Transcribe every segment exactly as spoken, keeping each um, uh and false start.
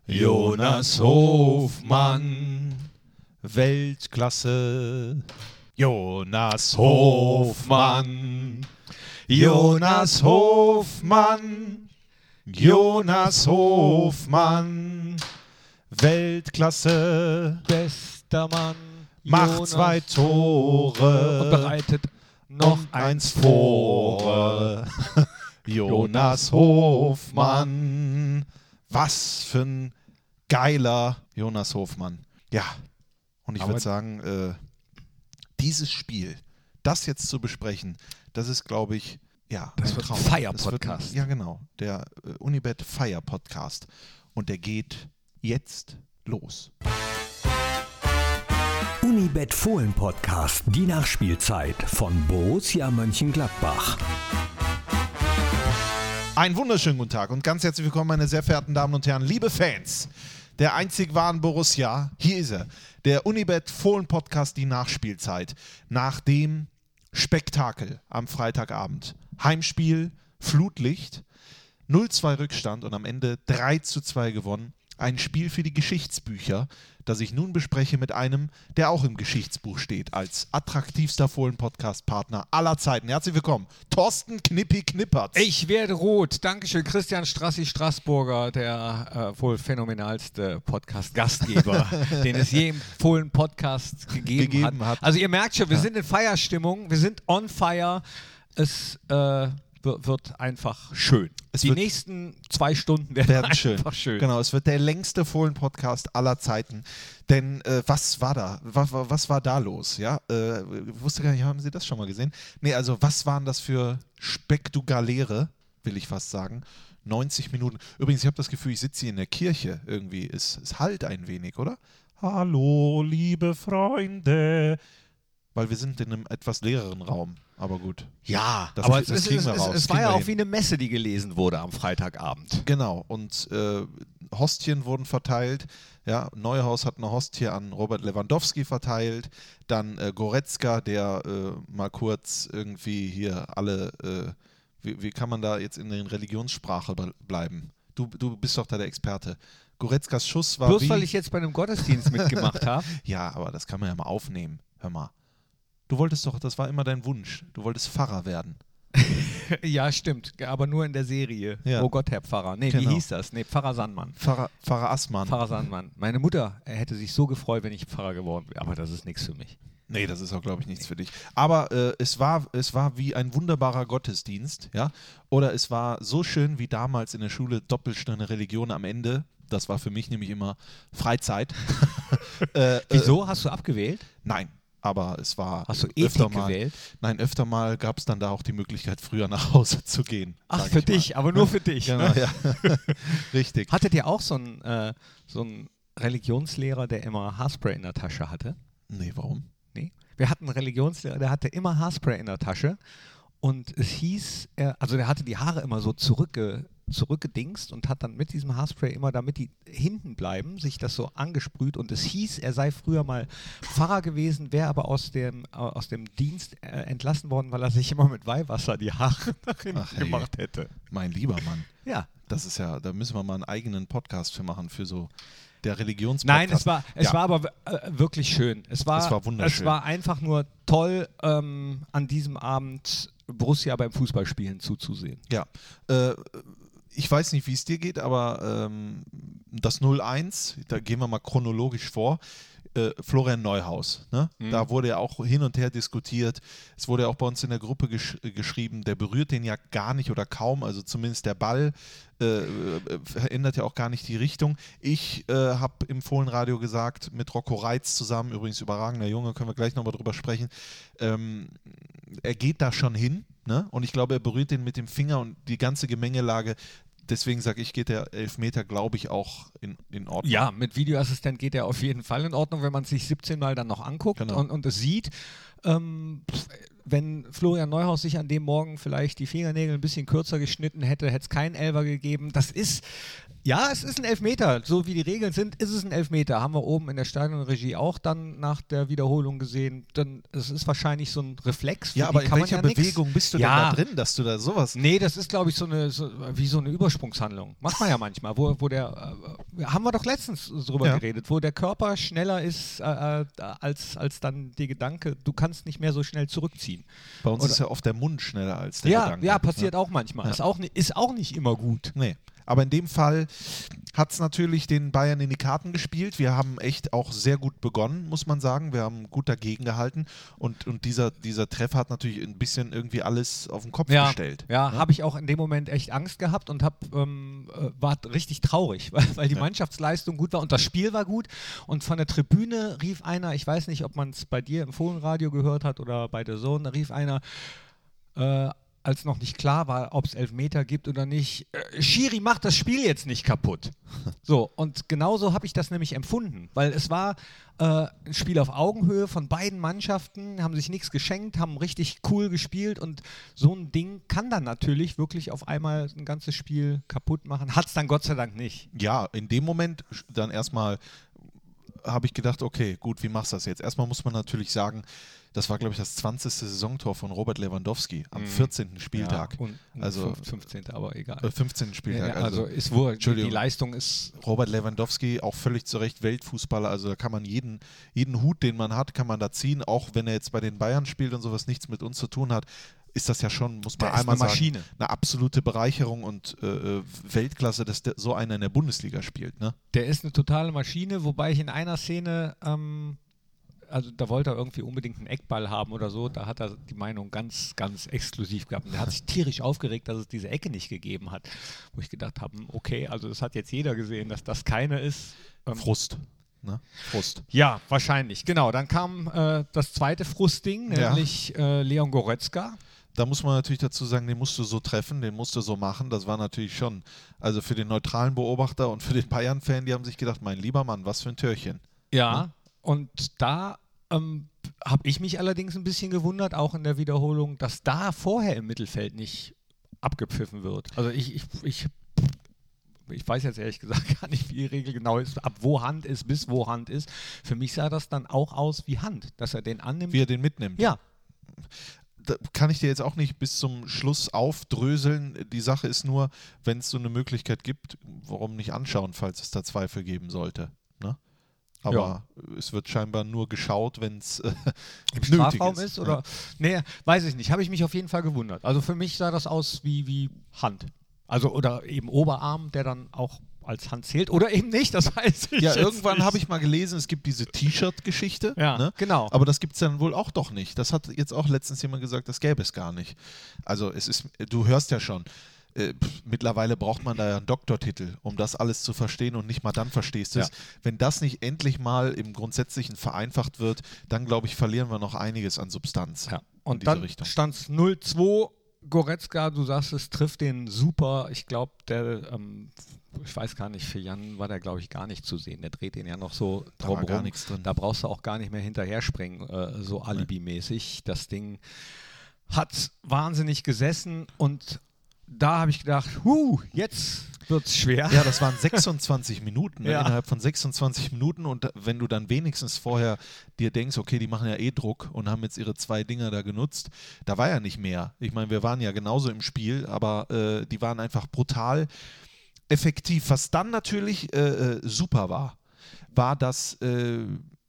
Jonas Hofmann, Weltklasse. Jonas Hofmann, Jonas Hofmann, Jonas Hofmann, Weltklasse. Bester Mann, Macht Jonas zwei Tore und bereitet noch und eins vor. Jonas Hofmann. Was für ein geiler Jonas Hofmann. Ja, und ich würde sagen, äh, dieses Spiel, das jetzt zu besprechen, das ist, glaube ich, ja, das ein wird Traum. ein Fire-Podcast. Ja, genau, der äh, Unibet Fire-Podcast. Und der geht jetzt los. Unibet Fohlen-Podcast, die Nachspielzeit von Borussia Mönchengladbach. Einen wunderschönen guten Tag und ganz herzlich willkommen, meine sehr verehrten Damen und Herren, liebe Fans der einzig wahren Borussia. Hier ist er, der Unibet Fohlen-Podcast, die Nachspielzeit. Nach dem Spektakel am Freitagabend. Heimspiel, Flutlicht, null zwei Rückstand und am Ende drei zu zwei gewonnen. Ein Spiel für die Geschichtsbücher, das ich nun bespreche mit einem, der auch im Geschichtsbuch steht, als attraktivster Fohlen-Podcast-Partner aller Zeiten. Herzlich willkommen, Thorsten Knippi Knippertz. Ich werde rot. Dankeschön, Christian Strassi-Straßburger, der äh, wohl phänomenalste Podcast-Gastgeber, den es je im Fohlen-Podcast gegeben, gegeben hat. hat. Also ihr merkt schon, wir ja. sind in Feierstimmung, wir sind on fire. Es äh, wird einfach schön. Es die wird nächsten zwei Stunden werden, werden einfach schön. schön. Genau, es wird der längste Fohlen-Podcast aller Zeiten. Denn äh, was war da? Was, was war da los? Ja, äh, ich wusste gar nicht, haben Sie das schon mal gesehen? Nee, also was waren das für spektakuläre, will ich fast sagen, neunzig Minuten. Übrigens, ich habe das Gefühl, ich sitze hier in der Kirche irgendwie. Es, es hallt ein wenig, oder? Hallo, liebe Freunde. Weil wir sind in einem etwas leereren Raum. Aber gut. Ja, das, aber das es, kriegen es, wir es, raus. es Das war ja kriegen wir auch hin. wie eine Messe, die gelesen wurde am Freitagabend. Genau, und äh, Hostien wurden verteilt. Ja, Neuhaus hat eine Hostie an Robert Lewandowski verteilt. Dann äh, Goretzka, der äh, mal kurz irgendwie hier alle, äh, wie, wie kann man da jetzt in der Religionssprache be- bleiben? Du, du bist doch da der Experte. Goretzkas Schuss war Bloß wie? weil ich jetzt bei einem Gottesdienst mitgemacht habe. Ja, aber das kann man ja mal aufnehmen. Hör mal. Du wolltest doch, das war immer dein Wunsch, du wolltest Pfarrer werden. Ja, stimmt, aber nur in der Serie. Ja. Oh Gott, Herr Pfarrer. Nee, Genau. wie hieß das? Nee, Pfarrer Sandmann. Pfarrer, Pfarrer Assmann. Pfarrer Sandmann. Meine Mutter hätte sich so gefreut, wenn ich Pfarrer geworden wäre, aber das ist nichts für mich. Nee, das ist auch, glaube ich, nichts für dich. Aber äh, es, war, es war wie ein wunderbarer Gottesdienst, ja. Oder es war so schön wie damals in der Schule Doppelstunde Religion am Ende. Das war für mich nämlich immer Freizeit. äh, Wieso? Äh, Hast du abgewählt? nein, aber es war Hast du öfter Ethik mal. gewählt? Nein, öfter mal gab es dann da auch die Möglichkeit, früher nach Hause zu gehen. Ach, sag für ich mal. dich, aber nur für dich. Genau, Ne? ja. Richtig. Hattet ihr auch so einen, äh, so einen Religionslehrer, der immer Haarspray in der Tasche hatte? Nee, warum? Nee. Wir hatten einen Religionslehrer, der hatte immer Haarspray in der Tasche und es hieß, er, also der hatte die Haare immer so zurückge, zurückgedingst und hat dann mit diesem Haarspray immer, damit die hinten bleiben, sich das so angesprüht und es hieß, er sei früher mal Pfarrer gewesen, wäre aber aus dem, äh, aus dem Dienst äh, entlassen worden, weil er sich immer mit Weihwasser die Haare nach hinten Ach, hey. gemacht hätte. Mein lieber Mann. Ja. Das ist ja, da müssen wir mal einen eigenen Podcast für machen, für so der Religionspodcast. Nein, es war, es ja. war aber äh, wirklich schön. Es war, Es war wunderschön. Es war einfach nur toll, ähm, an diesem Abend Borussia beim Fußballspielen zuzusehen. Ja, äh, ich weiß nicht, wie es dir geht, aber ähm, das null eins, da gehen wir mal chronologisch vor, äh, Florian Neuhaus, ne? Mhm. Da wurde ja auch hin und her diskutiert, es wurde ja auch bei uns in der Gruppe gesch- geschrieben, der berührt den ja gar nicht oder kaum, also zumindest der Ball äh, verändert ja auch gar nicht die Richtung. Ich äh, habe im Fohlenradio gesagt, mit Rocco Reitz zusammen, übrigens überragender Junge, können wir gleich nochmal drüber sprechen, ähm, er geht da schon hin, ne? Und ich glaube, er berührt den mit dem Finger und die ganze Gemengelage. Deswegen sage ich, geht der Elfmeter, glaube ich, auch in, in Ordnung. Ja, mit Videoassistent geht er auf jeden Fall in Ordnung, wenn man es sich siebzehn Mal dann noch anguckt Genau. und, und es sieht. Ähm, wenn Florian Neuhaus sich an dem Morgen vielleicht die Fingernägel ein bisschen kürzer geschnitten hätte, hätte es keinen Elfer gegeben. Das ist, ja, es ist ein Elfmeter. So wie die Regeln sind, ist es ein Elfmeter. Haben wir oben in der Stadionregie auch dann nach der Wiederholung gesehen. Dann, es ist wahrscheinlich so ein Reflex. Ja, aber in welcher ja Bewegung bist du ja. denn da drin, dass du da sowas... Nee, das ist, glaube ich, so eine, so, wie so eine Übersprungshandlung. Macht man ja manchmal, wo, wo der, äh, haben wir doch letztens drüber ja. geredet, wo der Körper schneller ist äh, als, als dann der Gedanke, du kannst nicht mehr so schnell zurückziehen. Bei uns Oder, ist ja oft der Mund schneller als der ja, Gedanke. Ja, passiert ja. auch manchmal. Ja. Ist, auch, ist auch nicht immer gut. Nee. Aber in dem Fall hat es natürlich den Bayern in die Karten gespielt. Wir haben echt auch sehr gut begonnen, muss man sagen. Wir haben gut dagegen gehalten. Und, und dieser, dieser Treffer hat natürlich ein bisschen irgendwie alles auf den Kopf ja, gestellt. Ja, ja? habe ich auch in dem Moment echt Angst gehabt und hab, ähm, war richtig traurig, weil, weil die ja. Mannschaftsleistung gut war und das Spiel war gut. Und von der Tribüne rief einer, ich weiß nicht, ob man es bei dir im Fohlenradio gehört hat oder bei der Zone, da rief einer, äh, als noch nicht klar war, ob es Elfmeter gibt oder nicht, äh, Schiri macht das Spiel jetzt nicht kaputt. So, und genauso habe ich das nämlich empfunden, weil es war äh, ein Spiel auf Augenhöhe von beiden Mannschaften, haben sich nichts geschenkt, haben richtig cool gespielt und so ein Ding kann dann natürlich wirklich auf einmal ein ganzes Spiel kaputt machen. Hat es dann Gott sei Dank nicht. Ja, in dem Moment dann erstmal habe ich gedacht, okay, gut, wie machst du das jetzt? Erstmal muss man natürlich sagen, das war, glaube ich, das zwanzigste Saisontor von Robert Lewandowski am mhm. vierzehnten Spieltag. Ja, und, und also fünfzehnten aber egal. Äh, fünfzehnten Spieltag. Ja, also, also ist wohl, Entschuldigung, die Leistung ist... Robert Lewandowski, auch völlig zu Recht Weltfußballer, also da kann man jeden, jeden Hut, den man hat, kann man da ziehen, auch wenn er jetzt bei den Bayern spielt und sowas nichts mit uns zu tun hat, ist das ja schon, muss man der einmal ist eine sagen, Maschine. Eine absolute Bereicherung und äh, Weltklasse, dass der, so einer in der Bundesliga spielt. Ne? Der ist eine totale Maschine, wobei ich in einer Szene... Ähm, also da wollte er irgendwie unbedingt einen Eckball haben oder so, da hat er die Meinung ganz, ganz exklusiv gehabt. Und er hat sich tierisch aufgeregt, dass es diese Ecke nicht gegeben hat. Wo ich gedacht habe, okay, also das hat jetzt jeder gesehen, dass das keine ist. Ähm, Frust. Ne? Frust. Ja, wahrscheinlich, genau. Dann kam äh, das zweite Frustding, nämlich ja. äh, Leon Goretzka. Da muss man natürlich dazu sagen, den musst du so treffen, den musst du so machen. Das war natürlich schon, also für den neutralen Beobachter und für den Bayern-Fan, die haben sich gedacht, mein lieber Mann, was für ein Türchen. Ja, ne? Und da ähm, habe ich mich allerdings ein bisschen gewundert, auch in der Wiederholung, dass da vorher im Mittelfeld nicht abgepfiffen wird. Also ich, ich, ich, ich weiß jetzt ehrlich gesagt gar nicht, wie die Regel genau ist, ab wo Hand ist, bis wo Hand ist. Für mich sah das dann auch aus wie Hand, dass er den annimmt. Wie er den mitnimmt. Ja. Da kann ich dir jetzt auch nicht bis zum Schluss aufdröseln. Die Sache ist nur, wenn es so eine Möglichkeit gibt, warum nicht anschauen, falls es da Zweifel geben sollte. Ne? Aber ja. es wird scheinbar nur geschaut, wenn es äh, im Strafraum ist. ist oder? Ja. Nee, weiß ich nicht. Habe ich mich auf jeden Fall gewundert. Also für mich sah das aus wie, wie Hand. Also oder eben Oberarm, der dann auch als Hand zählt oder eben nicht, das weiß ich. Ja, irgendwann habe ich mal gelesen, es gibt diese T-Shirt-Geschichte. Ja, ne? genau. Aber das gibt es dann wohl auch doch nicht. Das hat jetzt auch letztens jemand gesagt, das gäbe es gar nicht. Also es ist, du hörst ja schon, Äh, pff, mittlerweile braucht man da ja einen Doktortitel, um das alles zu verstehen und nicht mal dann verstehst du es. Ja. Wenn das nicht endlich mal im Grundsätzlichen vereinfacht wird, dann glaube ich, verlieren wir noch einiges an Substanz. Ja. Und dann stand es null zwei, Goretzka, du sagst, es trifft den super. Ich glaube, der, ähm, ich weiß gar nicht, für Jan war der, glaube ich, gar nicht zu sehen. Der dreht den ja noch so drum rum. Da brauchst du auch gar nicht mehr hinterher springen, äh, so alibimäßig. Das Ding hat wahnsinnig gesessen und da habe ich gedacht, huh, jetzt wird's schwer. Ja, das waren sechsundzwanzig Minuten, ne? Ja. Innerhalb von sechsundzwanzig Minuten und wenn du dann wenigstens vorher dir denkst, okay, die machen ja eh Druck und haben jetzt ihre zwei Dinger da genutzt, da war ja nicht mehr. Ich meine, wir waren ja genauso im Spiel, aber äh, die waren einfach brutal effektiv. Was dann natürlich äh, super war, war, dass äh,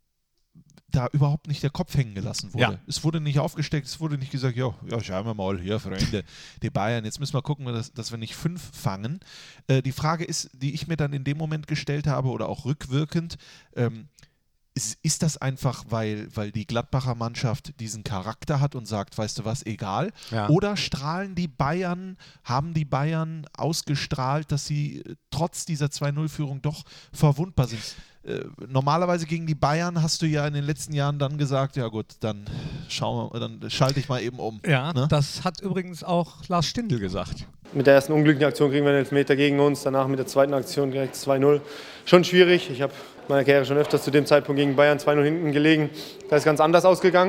da überhaupt nicht der Kopf hängen gelassen wurde. Ja. Es wurde nicht aufgesteckt, es wurde nicht gesagt, ja, ja, schauen wir mal, hier, Freunde, die Bayern, jetzt müssen wir gucken, dass, dass wir nicht fünf fangen. Äh, die Frage ist, die ich mir dann in dem Moment gestellt habe oder auch rückwirkend, ähm, ist, ist das einfach, weil, weil die Gladbacher Mannschaft diesen Charakter hat und sagt, weißt du was, egal? Ja. Oder strahlen die Bayern, haben die Bayern ausgestrahlt, dass sie trotz dieser zwei null Führung doch verwundbar sind? Äh, normalerweise gegen die Bayern hast du ja in den letzten Jahren dann gesagt, ja gut, dann schauen wir, dann schalte ich mal eben um. Ja, ne? Das hat übrigens auch Lars Stindl gesagt. Mit der ersten unglücklichen Aktion kriegen wir einen Elfmeter gegen uns, danach mit der zweiten Aktion direkt zwei null. Schon schwierig, ich habe in meiner Karriere schon öfters zu dem Zeitpunkt gegen Bayern zwei null hinten gelegen. Da ist ganz anders ausgegangen.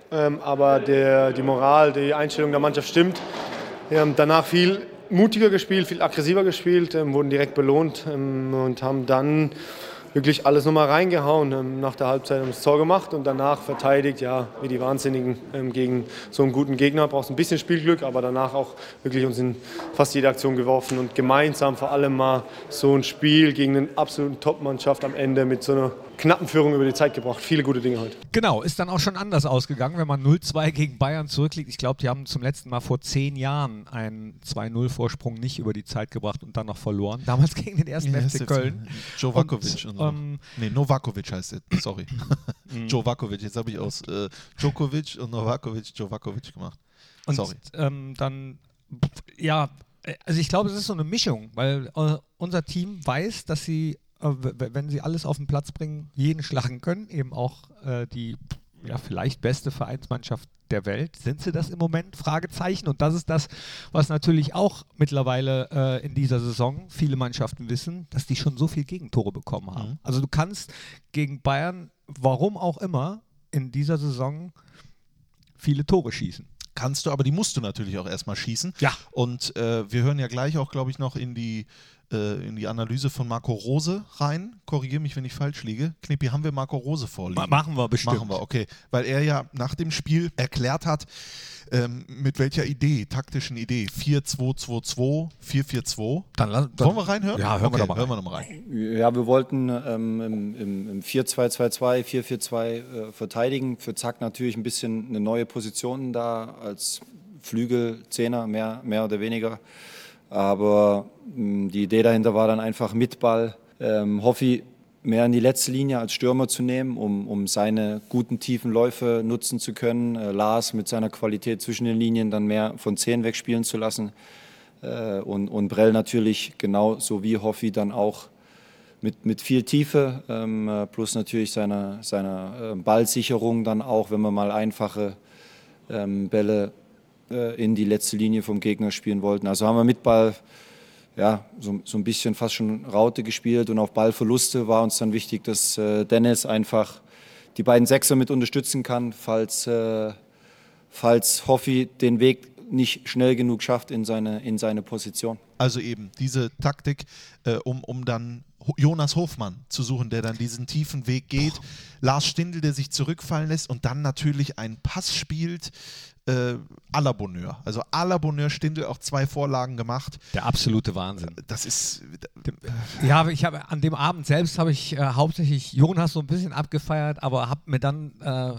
ähm, aber der, die Moral, die Einstellung der Mannschaft stimmt. Wir haben danach viel mutiger gespielt, viel aggressiver gespielt, ähm, wurden direkt belohnt ähm, und haben dann wirklich alles nochmal reingehauen. Ähm, nach der Halbzeit haben wir das Tor gemacht und danach verteidigt, ja, wie die Wahnsinnigen ähm, gegen so einen guten Gegner. Brauchst ein bisschen Spielglück, aber danach auch wirklich uns in fast jede Aktion geworfen und gemeinsam vor allem mal so ein Spiel gegen eine absolute Top-Mannschaft am Ende mit so einer knappen Führung über die Zeit gebracht. Viele gute Dinge heute. Genau, ist dann auch schon anders ausgegangen, wenn man null zwei gegen Bayern zurückliegt. Ich glaube, die haben zum letzten Mal vor zehn Jahren einen zwei null Vorsprung nicht über die Zeit gebracht und dann noch verloren. Damals gegen den ersten Ja, F C Köln. Jovakovic. Und, und, ähm, nee, Novakovic heißt er. Sorry. Jovakovic. Jetzt habe ich aus äh, Djokovic und Novakovic Jovakovic gemacht. Und Sorry. Ähm, dann, ja, also ich glaube, es ist so eine Mischung, weil äh, unser Team weiß, dass sie, äh, wenn sie alles auf den Platz bringen, jeden schlagen können, eben auch äh, die ja, vielleicht beste Vereinsmannschaft der Welt. Sind sie das im Moment? Fragezeichen. Und das ist das, was natürlich auch mittlerweile äh, in dieser Saison viele Mannschaften wissen, dass die schon so viel Gegentore bekommen haben. Mhm. Also du kannst gegen Bayern, warum auch immer, in dieser Saison viele Tore schießen. Kannst du, aber die musst du natürlich auch erstmal schießen. Ja. Und äh, wir hören ja gleich auch, glaube ich, noch in die, äh, in die Analyse von Marco Rose rein. Korrigiere mich, wenn ich falsch liege. Knippi, haben wir Marco Rose vorliegen? Machen wir bestimmt. Machen wir, okay. Weil er ja nach dem Spiel erklärt hat, ähm, mit welcher Idee, taktischen Idee. vier zwei zwei zwei, vier vier zwei. Dann, dann, Wollen wir reinhören? Ja, hören okay, wir doch mal rein. Hören wir noch mal rein. Ja, wir wollten ähm, im, im, im vier zwei zwei zwei, vier vier zwei äh, verteidigen. Für Zack natürlich ein bisschen eine neue Position da als Flügel, Zehner, mehr, mehr oder weniger. Aber mh, die Idee dahinter war dann einfach mit Ball ähm, Hoffi mehr in die letzte Linie als Stürmer zu nehmen, um, um seine guten, tiefen Läufe nutzen zu können. Äh, Lars mit seiner Qualität zwischen den Linien dann mehr von zehn wegspielen zu lassen. Äh, und, und Brell natürlich genauso wie Hoffi dann auch mit, mit viel Tiefe, ähm, plus natürlich seiner, seiner äh, Ballsicherung dann auch, wenn man mal einfache ähm, Bälle in die letzte Linie vom Gegner spielen wollten. Also haben wir mit Ball ja, so, so ein bisschen fast schon Raute gespielt und auf Ballverluste war uns dann wichtig, dass äh, Dennis einfach die beiden Sechser mit unterstützen kann, falls, äh, falls Hoffi den Weg nicht schnell genug schafft in seine, in seine Position. Also eben diese Taktik, äh, um, um dann Jonas Hofmann zu suchen, der dann diesen tiefen Weg geht. Boah. Lars Stindl, der sich zurückfallen lässt und dann natürlich einen Pass spielt, äh, à la Bonheur. Also à la Bonheur, Stindl auch zwei Vorlagen gemacht. Der absolute Wahnsinn. Das ist... Äh, ja, ich habe an dem Abend selbst habe ich äh, hauptsächlich Jonas so ein bisschen abgefeiert, aber habe mir dann äh,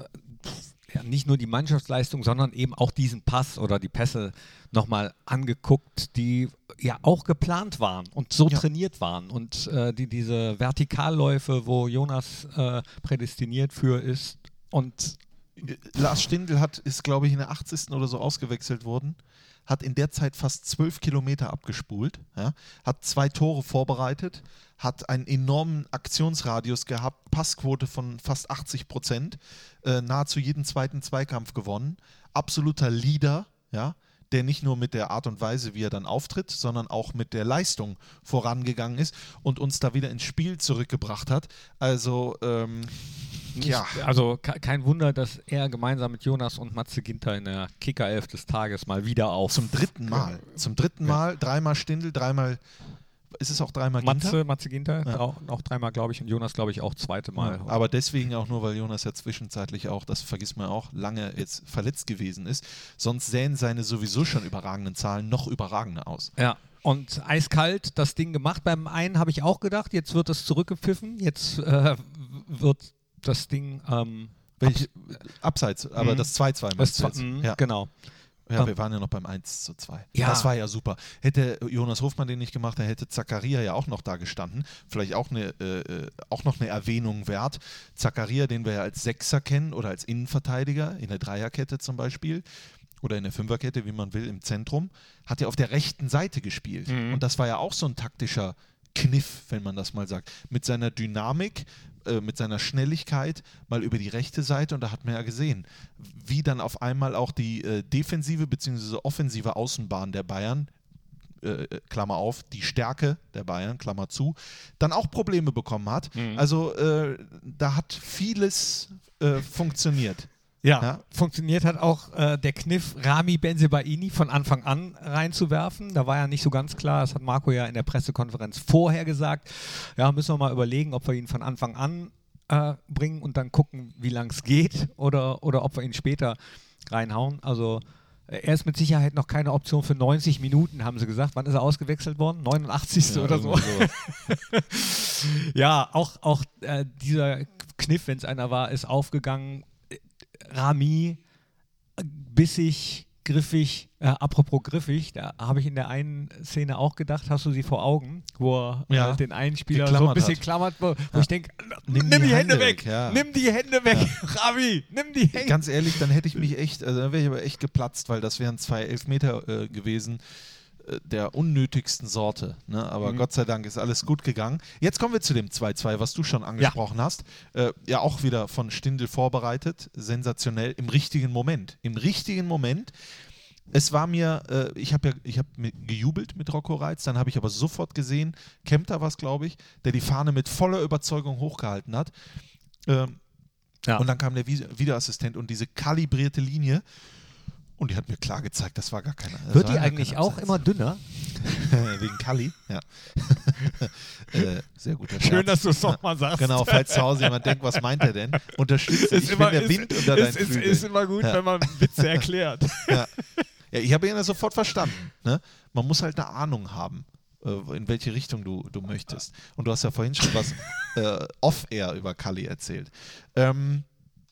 ja, nicht nur die Mannschaftsleistung, sondern eben auch diesen Pass oder die Pässe nochmal angeguckt, die ja auch geplant waren und so ja. trainiert waren. Und äh, die, diese Vertikalläufe, wo Jonas äh, prädestiniert für ist. Und Lars Stindl hat, ist, glaube ich, in der achtzigsten oder so ausgewechselt worden, hat in der Zeit fast zwölf Kilometer abgespult, ja, hat zwei Tore vorbereitet, hat einen enormen Aktionsradius gehabt, Passquote von fast achtzig Prozent, äh, nahezu jeden zweiten Zweikampf gewonnen, absoluter Leader, ja, der nicht nur mit der Art und Weise, wie er dann auftritt, sondern auch mit der Leistung vorangegangen ist und uns da wieder ins Spiel zurückgebracht hat. Also, ähm, Nicht, ja. Also kein Wunder, dass er gemeinsam mit Jonas und Matze Ginter in der Kickerelf des Tages mal wieder auf. Zum dritten Mal. Zum dritten Mal. Dreimal Stindl, dreimal. Ist es auch dreimal Ginter? Matze, Matze Ginter, ja. auch, auch dreimal, glaube ich, und Jonas, glaube ich, auch zweite Mal. Ja, aber deswegen auch nur, weil Jonas ja zwischenzeitlich auch, das vergisst man auch, lange jetzt verletzt gewesen ist. Sonst sähen seine sowieso schon überragenden Zahlen noch überragender aus. Ja. Und eiskalt das Ding gemacht. Beim einen habe ich auch gedacht, jetzt wird es zurückgepfiffen, jetzt äh, wird das Ding ähm, Welch, abseits, aber mhm. das zwei zwei meinst du jetzt? Mhm, ja. Genau. Ja, wir waren ja noch beim eins zu zwei. Ja. Das war ja super. Hätte Jonas Hofmann den nicht gemacht, dann hätte Zakaria ja auch noch da gestanden. Vielleicht auch, eine, äh, auch noch eine Erwähnung wert. Zakaria, den wir ja als Sechser kennen oder als Innenverteidiger, in der Dreierkette zum Beispiel oder in der Fünferkette, wie man will, im Zentrum, hat ja auf der rechten Seite gespielt. Mhm. Und das war ja auch so ein taktischer Kniff, wenn man das mal sagt. Mit seiner Dynamik, mit seiner Schnelligkeit mal über die rechte Seite und da hat man ja gesehen, wie dann auf einmal auch die äh, defensive bzw. offensive Außenbahn der Bayern, äh, Klammer auf, die Stärke der Bayern, Klammer zu, dann auch Probleme bekommen hat. Mhm. Also äh, da hat vieles äh, funktioniert. Ja, Ja. funktioniert hat auch äh, der Kniff, Rami Bensebaini von Anfang an reinzuwerfen. Da war ja nicht so ganz klar, das hat Marco ja in der Pressekonferenz vorher gesagt. Ja, müssen wir mal überlegen, ob wir ihn von Anfang an äh, bringen und dann gucken, wie lang es geht oder, oder ob wir ihn später reinhauen. Also er ist mit Sicherheit noch keine Option für neunzig Minuten, haben sie gesagt. Wann ist er ausgewechselt worden? neunundachtzig. Ja, oder so. sowas. Ja, auch, auch äh, dieser Kniff, wenn es einer war, ist aufgegangen. Rami, bissig, griffig, äh, apropos griffig, da habe ich in der einen Szene auch gedacht, hast du sie vor Augen, wo er Ja, äh, den einen Spieler so geklammert ein bisschen hat. klammert, wo, wo Ja. ich denke, Nimm nimm, die die Hände Hände weg, weg, ja. nimm die Hände weg, Rami, nimm die Hände. Ganz ehrlich, dann hätte ich mich echt, also dann wäre ich aber echt geplatzt, weil das wären zwei Elfmeter äh, gewesen, äh, der unnötigsten Sorte. Ne? Aber Mhm. Gott sei Dank ist alles gut gegangen. Jetzt kommen wir zu dem zwei zwei, was du schon angesprochen hast. Äh, ja, auch wieder von Stindl vorbereitet, sensationell, im richtigen Moment. Im richtigen Moment. Es war mir, äh, ich habe ja, ich habe gejubelt mit Rocco Reitz, dann habe ich aber sofort gesehen, Kempter war es, glaube ich, der die Fahne mit voller Überzeugung hochgehalten hat. Ähm, Ja. Und dann kam der Vi- Videoassistent und diese kalibrierte Linie und die hat mir klar gezeigt, das war gar keine. das Wird war die gar eigentlich kein auch Abseits. immer dünner? Wegen Kali, ja. äh, sehr guter Scherz. Schön, dass du es nochmal sagst. Genau, falls zu Hause jemand denkt, was meint er denn? Unterstütze Ist ich, immer, wenn der ist, Wind unter ist, deinen ist, Flügeln. ist immer gut, Ja. wenn man Witze erklärt. Ja. Ja, ich habe ihn ja sofort verstanden. Ne? Man muss halt eine Ahnung haben, äh, in welche Richtung du, du möchtest. Und du hast ja vorhin schon was äh, off-air über Kali erzählt. Ähm,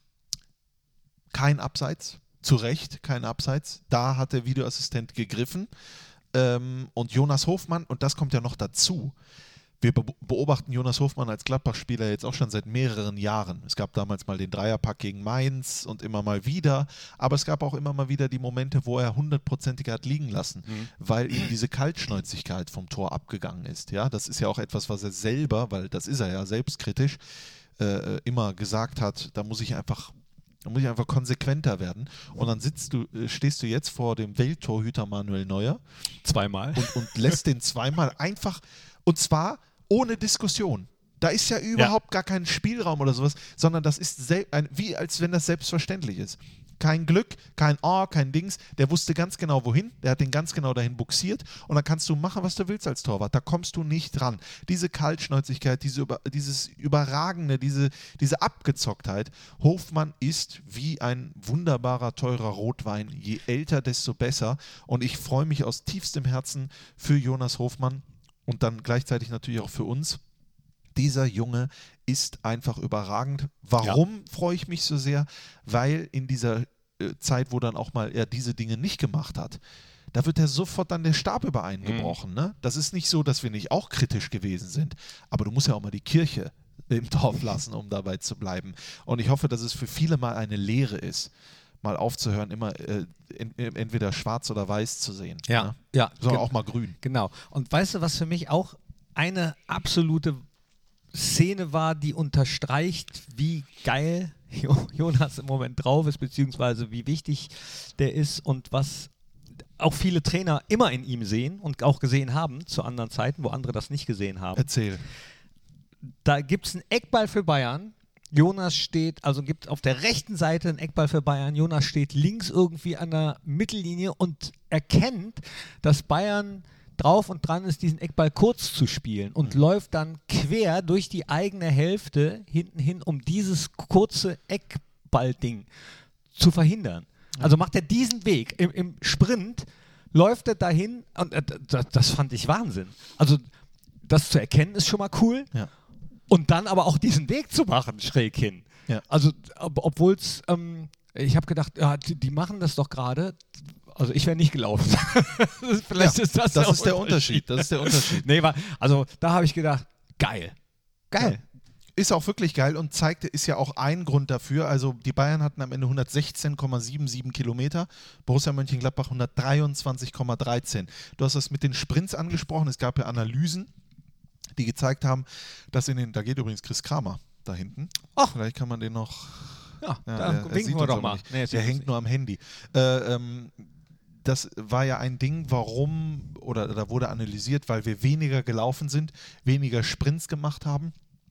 kein Abseits, zu Recht kein Abseits. Da hat der Videoassistent gegriffen. Ähm, und Jonas Hofmann, und das kommt ja noch dazu, wir be beobachten Jonas Hofmann als Gladbach-Spieler jetzt auch schon seit mehreren Jahren. Es gab damals mal den Dreierpack gegen Mainz und immer mal wieder, aber es gab auch immer mal wieder die Momente, wo er hundertprozentig hat liegen lassen, Mhm. weil ihm diese Kaltschnäuzigkeit vom Tor abgegangen ist. Ja, das ist ja auch etwas, was er selber, weil das ist er ja selbstkritisch, äh, immer gesagt hat, da muss ich einfach Da muss ich einfach konsequenter werden. Und dann sitzt du, äh, stehst du jetzt vor dem Welttorhüter Manuel Neuer Zweimal. und, und lässt den zweimal einfach, und zwar ohne Diskussion. Da ist ja überhaupt gar kein Spielraum oder sowas, sondern das ist sel- ein, wie als wenn das selbstverständlich ist. Kein Glück, kein Oh, kein Dings. Der wusste ganz genau wohin, der hat den ganz genau dahin buxiert und dann kannst du machen, was du willst als Torwart. Da kommst du nicht dran. Diese Kaltschnäuzigkeit, diese über, dieses Überragende, diese, diese Abgezocktheit. Hofmann ist wie ein wunderbarer, teurer Rotwein. Je älter, desto besser. Und ich freue mich aus tiefstem Herzen für Jonas Hofmann und dann gleichzeitig natürlich auch für uns. Dieser Junge ist einfach überragend. Warum freue ich mich so sehr? Weil in dieser äh, Zeit, wo dann auch mal er diese Dinge nicht gemacht hat, da wird er sofort dann der Stab über einen gebrochen. Ne? Das ist nicht so, dass wir nicht auch kritisch gewesen sind, aber du musst ja auch mal die Kirche im Dorf lassen, um dabei zu bleiben. Und ich hoffe, dass es für viele mal eine Lehre ist, mal aufzuhören, immer äh, en entweder schwarz oder weiß zu sehen. Ja, Ne? ja. Sondern ge- auch mal grün. Genau. Und weißt du, was für mich auch eine absolute Szene war, die unterstreicht, wie geil Jo- Jonas im Moment drauf ist, beziehungsweise wie wichtig der ist und was auch viele Trainer immer in ihm sehen und auch gesehen haben zu anderen Zeiten, wo andere das nicht gesehen haben. Erzähl. Da gibt es einen Eckball für Bayern. Jonas steht, also gibt auf der rechten Seite einen Eckball für Bayern. Jonas steht links irgendwie an der Mittellinie und erkennt, dass Bayern drauf und dran ist, diesen Eckball kurz zu spielen und Mhm. läuft dann quer durch die eigene Hälfte hinten hin, um dieses kurze Eckballding zu verhindern. Also macht er diesen Weg im, im Sprint, läuft er dahin und äh, das, das fand ich Wahnsinn. Also das zu erkennen ist schon mal cool. Ja. Und dann aber auch diesen Weg zu machen, schräg hin. Ja. Also, ob, obwohl es, ähm, ich habe gedacht, ja, die, die machen das doch gerade. Also, ich wäre nicht gelaufen. Vielleicht Ja, ist das, Das ist der Unterschied. Das ist der Unterschied. Nee, war, also, da habe ich gedacht, geil. Geil. Ist auch wirklich geil und zeigt, ist ja auch ein Grund dafür. Also die Bayern hatten am Ende hundertsechzehn Komma siebenundsiebzig Kilometer, Borussia Mönchengladbach hundertdreiundzwanzig Komma dreizehn. Du hast das mit den Sprints angesprochen. Es gab ja Analysen, die gezeigt haben, dass in den, da geht übrigens Chris Kramer da hinten. Ach. Vielleicht kann man den noch. Ja, Ja, da er- er winken sieht wir uns doch aber mal. nicht. Nee, das Der sieht uns hängt nur am Handy. Äh, ähm, das war ja ein Ding, warum, oder da wurde analysiert, weil wir weniger gelaufen sind, weniger Sprints gemacht haben.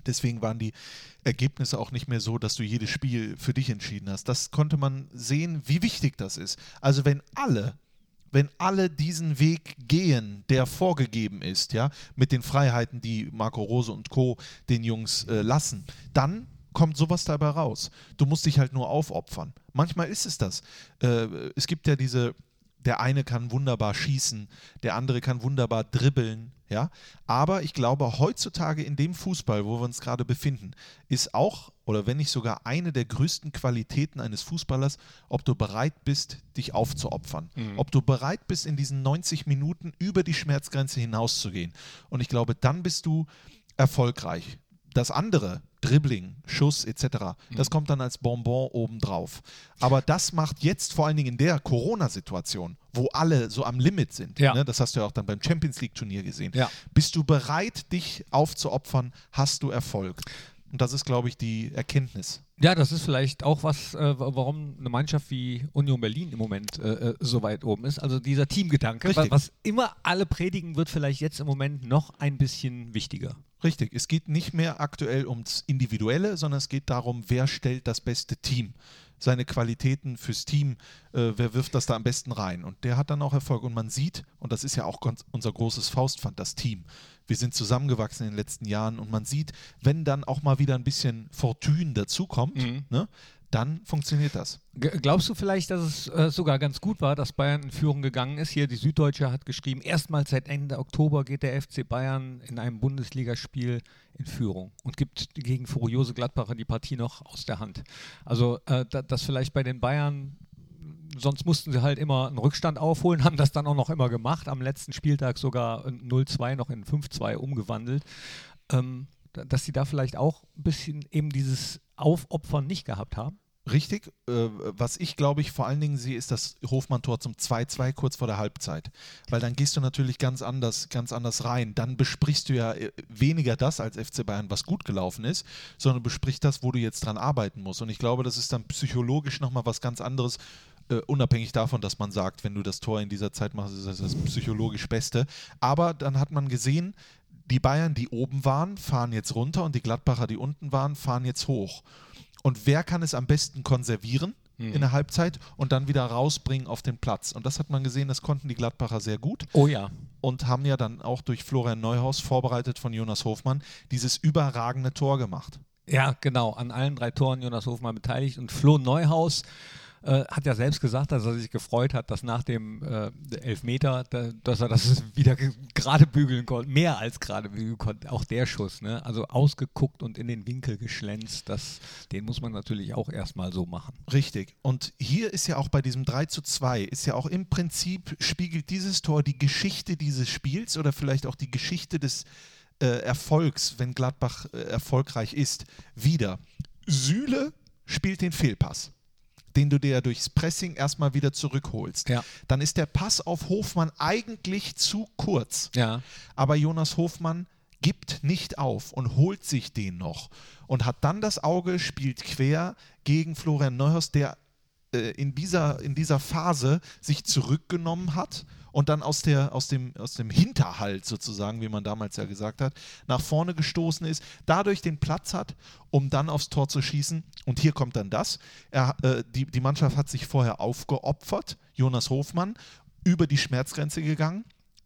Deswegen waren die Ergebnisse auch nicht mehr so, dass du jedes Spiel für dich entschieden hast. Das konnte man sehen, wie wichtig das ist. Also wenn alle, wenn alle diesen Weg gehen, der vorgegeben ist, ja, mit den Freiheiten, die Marco Rose und Co. den Jungs äh, lassen, dann kommt sowas dabei raus. Du musst dich halt nur aufopfern. Manchmal ist es das. Äh, es gibt ja diese, der eine kann wunderbar schießen, der andere kann wunderbar dribbeln, ja. Aber ich glaube, heutzutage in dem Fußball, wo wir uns gerade befinden, ist auch, oder wenn nicht sogar eine der größten Qualitäten eines Fußballers, ob du bereit bist, dich aufzuopfern. Mhm. Ob du bereit bist, in diesen neunzig Minuten über die Schmerzgrenze hinauszugehen. Und ich glaube, dann bist du erfolgreich. Das andere, Dribbling, Schuss et cetera, mhm. das kommt dann als Bonbon obendrauf. Aber das macht jetzt vor allen Dingen in der Corona-Situation, wo alle so am Limit sind, ja. ne, das hast du ja auch dann beim Champions-League-Turnier gesehen, ja. bist du bereit, dich aufzuopfern, hast du Erfolg. Und das ist, glaube ich, die Erkenntnis. Ja, das ist vielleicht auch was, äh, warum eine Mannschaft wie Union Berlin im Moment äh, so weit oben ist. Also dieser Teamgedanke, was, was immer alle predigen, wird vielleicht jetzt im Moment noch ein bisschen wichtiger. Richtig, es geht nicht mehr aktuell ums Individuelle, sondern es geht darum, wer stellt das beste Team. Seine Qualitäten fürs Team, äh, wer wirft das da am besten rein. Und der hat dann auch Erfolg. Und man sieht, und das ist ja auch ganz, unser großes Faustpfand, das Team. Wir sind zusammengewachsen in den letzten Jahren und man sieht, wenn dann auch mal wieder ein bisschen Fortune dazukommt, mhm. ne, dann funktioniert das. G- glaubst du vielleicht, dass es äh, sogar ganz gut war, dass Bayern in Führung gegangen ist? Hier, die Süddeutsche hat geschrieben, erstmals seit Ende Oktober geht der F C Bayern in einem Bundesligaspiel in Führung und gibt gegen furiose Gladbacher die Partie noch aus der Hand. Also, äh, da, dass vielleicht bei den Bayern, sonst mussten sie halt immer einen Rückstand aufholen, haben das dann auch noch immer gemacht, am letzten Spieltag sogar null zwei noch in fünf zwei umgewandelt. Ähm, dass sie da vielleicht auch ein bisschen eben dieses Aufopfern nicht gehabt haben? Richtig. Äh, was ich, glaube ich, vor allen Dingen sehe, ist das Hofmann-Tor zum zwei zwei kurz vor der Halbzeit. Weil dann gehst du natürlich ganz anders, ganz anders rein. Dann besprichst du ja weniger das als F C Bayern, was gut gelaufen ist, sondern besprichst das, wo du jetzt dran arbeiten musst. Und ich glaube, das ist dann psychologisch nochmal was ganz anderes, Uh, unabhängig davon, dass man sagt, wenn du das Tor in dieser Zeit machst, ist das das psychologisch Beste. Aber dann hat man gesehen, die Bayern, die oben waren, fahren jetzt runter und die Gladbacher, die unten waren, fahren jetzt hoch. Und wer kann es am besten konservieren mhm. in der Halbzeit und dann wieder rausbringen auf den Platz? Und das hat man gesehen, das konnten die Gladbacher sehr gut. Oh ja. Und haben ja dann auch durch Florian Neuhaus, vorbereitet von Jonas Hofmann, dieses überragende Tor gemacht. Ja, genau. An allen drei Toren Jonas Hofmann beteiligt. Und Flo Neuhaus Äh, hat ja selbst gesagt, dass er sich gefreut hat, dass nach dem äh, Elfmeter, da, dass er das wieder ge- gerade bügeln konnte, mehr als gerade bügeln konnte, auch der Schuss, ne? Also ausgeguckt und in den Winkel geschlänzt, das, den muss man natürlich auch erstmal so machen. Richtig. Und hier ist ja auch bei diesem drei zu zwei, ist ja auch im Prinzip, spiegelt dieses Tor die Geschichte dieses Spiels oder vielleicht auch die Geschichte des äh, Erfolgs, wenn Gladbach äh, erfolgreich ist, wieder. Süle spielt den Fehlpass, den du dir durchs Pressing erstmal wieder zurückholst. Ja. Dann ist der Pass auf Hofmann eigentlich zu kurz. Ja. Aber Jonas Hofmann gibt nicht auf und holt sich den noch und hat dann das Auge, spielt quer gegen Florian Neuhaus, der äh, in, dieser, in dieser Phase sich zurückgenommen hat und dann aus, der, aus, dem, aus dem Hinterhalt sozusagen, wie man damals ja gesagt hat, nach vorne gestoßen ist, dadurch den Platz hat, um dann aufs Tor zu schießen. Und hier kommt dann das. Er, äh, die, die Mannschaft hat sich vorher aufgeopfert. Jonas Hofmann über die Schmerzgrenze gegangen.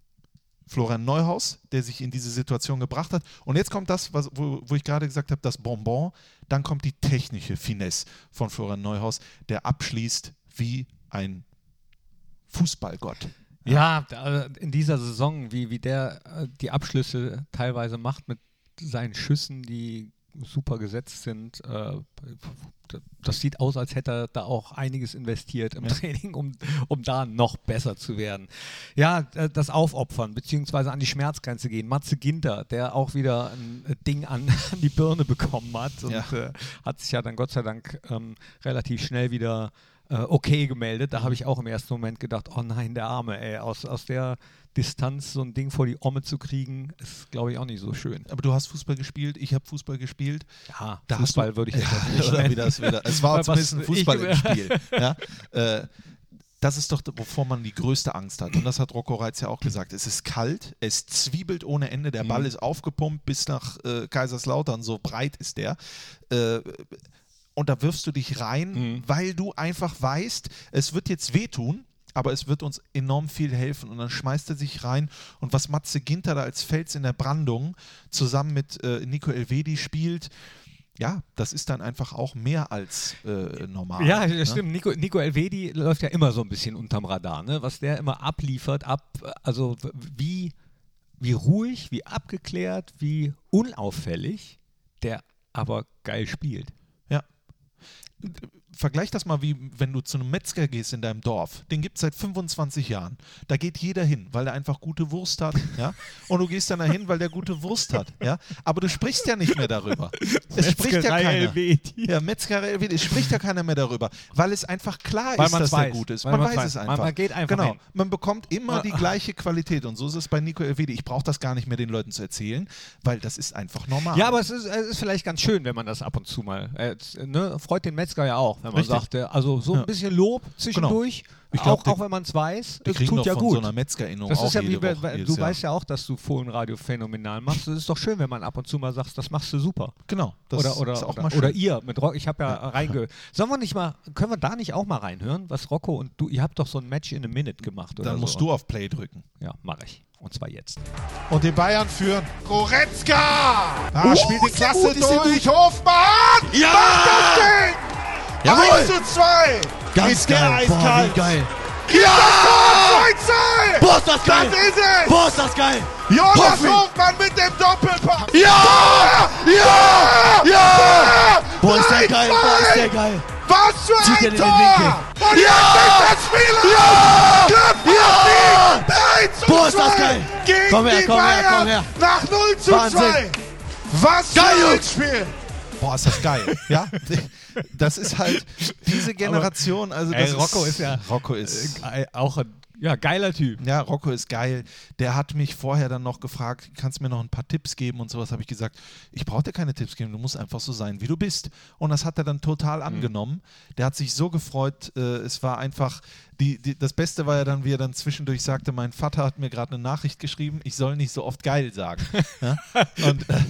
Florian Neuhaus, der sich in diese Situation gebracht hat. Und jetzt kommt das, was, wo, wo ich gerade gesagt habe, das Bonbon. Dann kommt die technische Finesse von Florian Neuhaus, der abschließt wie ein Fußballgott. Ja, in dieser Saison, wie, wie der die Abschlüsse teilweise macht mit seinen Schüssen, die super gesetzt sind, das sieht aus, als hätte er da auch einiges investiert im ja. Training, um, um da noch besser zu werden. Ja, das Aufopfern, beziehungsweise an die Schmerzgrenze gehen. Matze Ginter, der auch wieder ein Ding an, an die Birne bekommen hat und ja. äh, hat sich ja dann Gott sei Dank ähm, relativ schnell wieder okay gemeldet. Da habe ich auch im ersten Moment gedacht, oh nein, der Arme, ey, aus, aus der Distanz so ein Ding vor die Omme zu kriegen, ist, glaube ich, auch nicht so schön. Aber du hast Fußball gespielt, ich habe Fußball gespielt. Ja, da Fußball würde ich jetzt ja, nicht oder wie das wieder. Es war zumindest ein Fußball im Spiel. Ja? Äh, Das ist doch, wovor man die größte Angst hat. Und das hat Rocco Reitz ja auch gesagt. Es ist kalt, es zwiebelt ohne Ende, der Ball mhm. ist aufgepumpt bis nach äh, Kaiserslautern, so breit ist der. Äh, und da wirfst du dich rein, mhm. weil du einfach weißt, es wird jetzt wehtun, aber es wird uns enorm viel helfen. Und dann schmeißt er sich rein. Und was Matze Ginter da als Fels in der Brandung zusammen mit äh, Nico Elvedi spielt, ja, das ist dann einfach auch mehr als äh, normal. Ja, das ne? stimmt. Nico, Nico Elvedi läuft ja immer so ein bisschen unterm Radar, ne? Was der immer abliefert, ab, also wie, wie ruhig, wie abgeklärt, wie unauffällig der aber geil spielt. Ja. Vergleich das mal, wie wenn du zu einem Metzger gehst in deinem Dorf. Den gibt es seit fünfundzwanzig Jahren. Da geht jeder hin, weil er einfach gute Wurst hat. Ja? Und du gehst dann dahin, weil der gute Wurst hat. Ja? Aber du sprichst ja nicht mehr darüber. Es spricht ja keiner. Elvedi. Ja, Metzgerei Elvedi. Es spricht ja keiner mehr darüber, weil es einfach klar weil ist, dass weiß. der gut ist. Weil Man man weiß weiß. es einfach. Man, man geht einfach genau. hin. Man bekommt immer die gleiche Qualität. Und so ist es bei Nico Elvedi. Ich brauche das gar nicht mehr den Leuten zu erzählen, weil das ist einfach normal. Ja, aber es ist, es ist vielleicht ganz schön, wenn man das ab und zu mal, äh, ne, freut den Metzger ja auch, wenn man Richtig. sagt, äh, also so ein Ja. bisschen Lob zwischendurch, genau. Ich glaub, auch, die, auch wenn man es weiß, die es kriegen tut doch ja von gut. so einer Metzgerinnung Das auch ist ja jede wie, Woche, wenn, jedes du Jahr. weißt ja auch, dass du Fohlenradio phänomenal machst. Es ist doch schön, wenn man ab und zu mal sagt, das machst du super. Genau, das oder, oder, ist auch oder, mal schön. oder ihr mit Rock, ich habe ja, Ja. reingehört. Sollen wir nicht mal, können wir da nicht auch mal reinhören, was Rocco und du, ihr habt doch so ein Match in a Minute gemacht oder Dann so. musst du auf Play drücken. Ja, mache ich. Und zwar jetzt. Und die Bayern führen. Goretzka! Da Oh, spielt die sehr Klasse gut, sehr durch. Hofmann! Ja! Macht das Ding! Jawohl! eins zu zwei! Ganz ist der geil. Boah, eiskalt! wie geil. Ja! zwei! Boah, ist das geil. Das ist es! Boah, ist das geil. Jonas Hoffi. Hofmann mit dem Doppelpass! Ja! Ja! Ja! Boah, ist der drei geil. zwei. Boah, ist der geil. Was für Zieht er ein in den Tor! Winkel. Und Ja! jetzt ist das Spiel! Ja! Gladbach Ja! liegt drei zu Boah, ist das zwei geil. Gegen Komm her, die komm her, Bayern komm her. nach null zu Wahnsinn. zwei! Was für Geil, ein Jungs. Spiel! Boah, ist das geil. Ja, das ist halt diese Generation. Also das Ey, Rocco ist ja Rocco ist äh, auch ein ja, geiler Typ. Ja, Rocco ist geil. Der hat mich vorher dann noch gefragt, kannst du mir noch ein paar Tipps geben und sowas. Habe ich gesagt, ich brauche dir keine Tipps geben, du musst einfach so sein, wie du bist. Und das hat er dann total angenommen. Der hat sich so gefreut. Äh, es war einfach, die, die, das Beste war ja dann, wie er dann zwischendurch sagte, mein Vater hat mir gerade eine Nachricht geschrieben, ich soll nicht so oft geil sagen. Ja? Und äh,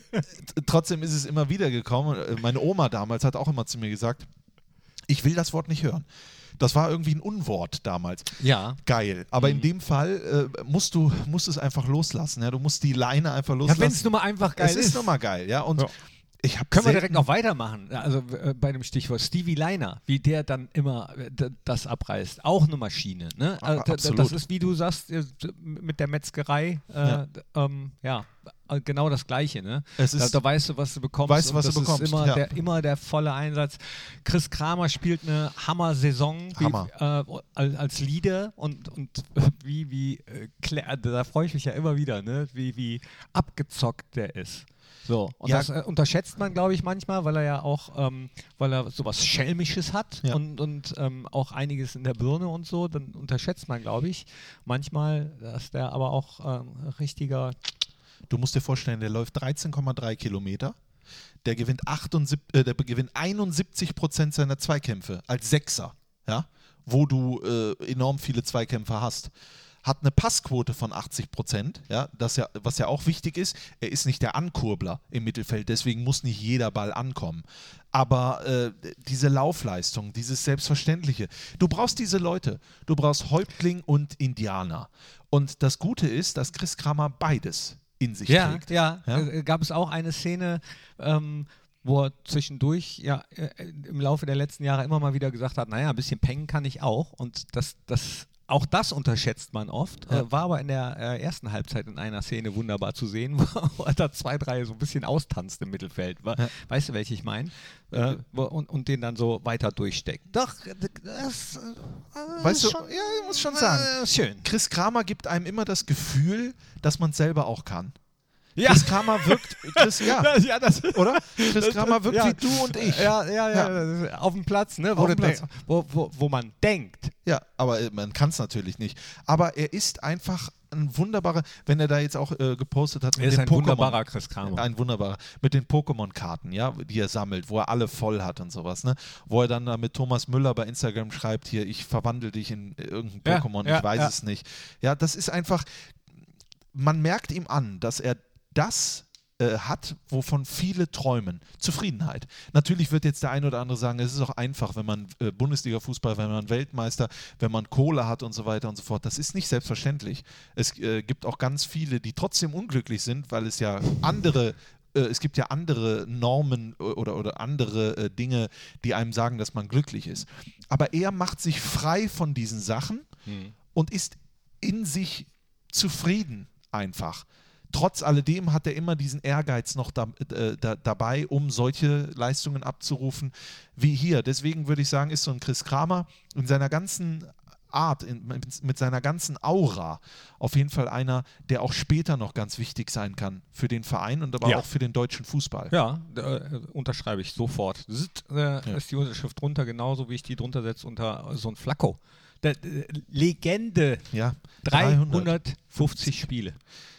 t- trotzdem ist es immer wieder gekommen. Meine Oma damals hat auch immer zu mir gesagt, ich will das Wort nicht hören. Das war irgendwie ein Unwort damals. Ja. Geil. Aber Mhm. in dem Fall äh, musst du musst es einfach loslassen. Ja? Du musst die Leine einfach Ja, loslassen. wenn es nun mal einfach geil es ist. nun mal geil. Ja? Und Ja. ich habe Können wir direkt noch weitermachen? Also äh, bei dem Stichwort Stevie Leiner, wie der dann immer äh, d- das abreißt. Auch eine Maschine. Ne? A- Äh, d- absolut. Das ist, wie du sagst, äh, d- mit der Metzgerei, äh, Ja. d- ähm, ja, äh, genau das Gleiche. Ne? Es Da, ist- da weißt du, was du bekommst. Weißt du, und was du das bekommst, Ist immer, ja. der, immer der volle Einsatz. Chris Kramer spielt eine Hammer-Saison wie, Hammer. äh, als, als Leader und, und wie, wie äh, klär, da freue ich mich ja immer wieder, ne? wie, wie abgezockt der ist. So, und Ja. das äh, unterschätzt man, glaube ich, manchmal, weil er ja auch, ähm, weil er sowas Schelmisches hat Ja. und, und ähm, auch einiges in der Birne und so, dann unterschätzt man, glaube ich, manchmal, dass der aber auch ähm, richtiger. Du musst dir vorstellen, der läuft dreizehn Komma drei Kilometer. Der gewinnt, achtundsiebzig, äh, der gewinnt einundsiebzig Prozent seiner Zweikämpfe als Sechser, ja? Wo du äh, enorm viele Zweikämpfe hast. Hat eine Passquote von achtzig Prozent, ja? Das ja, was ja auch wichtig ist. Er ist nicht der Ankurbler im Mittelfeld, deswegen muss nicht jeder Ball ankommen. Aber äh, diese Laufleistung, dieses Selbstverständliche, du brauchst diese Leute. Du brauchst Häuptling und Indianer. Und das Gute ist, dass Chris Kramer beides in sich Ja, trägt. ja. Ja? Äh, gab es auch eine Szene, ähm, wo er zwischendurch ja äh, im Laufe der letzten Jahre immer mal wieder gesagt hat, naja, ein bisschen pengen kann ich auch. Und das, das, auch das unterschätzt man oft. Ja. Äh, war aber in der äh, ersten Halbzeit in einer Szene wunderbar zu sehen, wo er da zwei, drei so ein bisschen austanzt im Mittelfeld. Wa- Ja. Weißt du, welche ich meine? Äh, wo- und, und den dann so weiter durchsteckt. Doch, das äh, Weißt du, ist schon, ja, ich muss schon sagen, äh, schön. Chris Kramer gibt einem immer das Gefühl, dass man es selber auch kann. Ja. Chris Kramer wirkt, Chris, ja, ja, das, oder? Chris Kramer wirkt ja. wie du und ich. Ja, ja, ja, ja. Auf dem Platz, ne? Wo, Auf du dem Platz. denk- wo, wo, wo man denkt. Ja, aber äh, man kann es natürlich nicht. Aber er ist einfach ein wunderbarer, wenn er da jetzt auch äh, gepostet hat. Er mit ist den ein Pokémon, wunderbarer Chris Kramer. Ein wunderbarer. Mit den Pokémon-Karten, ja, die er sammelt, wo er alle voll hat und sowas, ne? Wo er dann da mit Thomas Müller bei Instagram schreibt, hier, ich verwandle dich in irgendein Ja, Pokémon, ja, ich weiß ja. es nicht. Ja, das ist einfach, man merkt ihm an, dass er das äh, hat, wovon viele träumen. Zufriedenheit. Natürlich wird jetzt der eine oder andere sagen, es ist auch einfach, wenn man äh, Bundesliga-Fußball, wenn man Weltmeister, wenn man Kohle hat und so weiter und so fort. Das ist nicht selbstverständlich. Es äh, gibt auch ganz viele, die trotzdem unglücklich sind, weil es ja andere äh, es gibt ja andere Normen oder, oder andere äh, Dinge, die einem sagen, dass man glücklich ist. Aber er macht sich frei von diesen Sachen Hm. und ist in sich zufrieden einfach. Trotz alledem hat er immer diesen Ehrgeiz noch da, äh, da, dabei, um solche Leistungen abzurufen wie hier. Deswegen würde ich sagen, ist so ein Chris Kramer in seiner ganzen Art, in, mit seiner ganzen Aura auf jeden Fall einer, der auch später noch ganz wichtig sein kann für den Verein und aber Ja. auch für den deutschen Fußball. Ja, äh, unterschreibe ich sofort. Zit, äh, Ja. ist die Unterschrift drunter, genauso wie ich die drunter setze unter so ein Flacco. Der, äh, Legende. Ja, dreihundertfünfzig Spiele.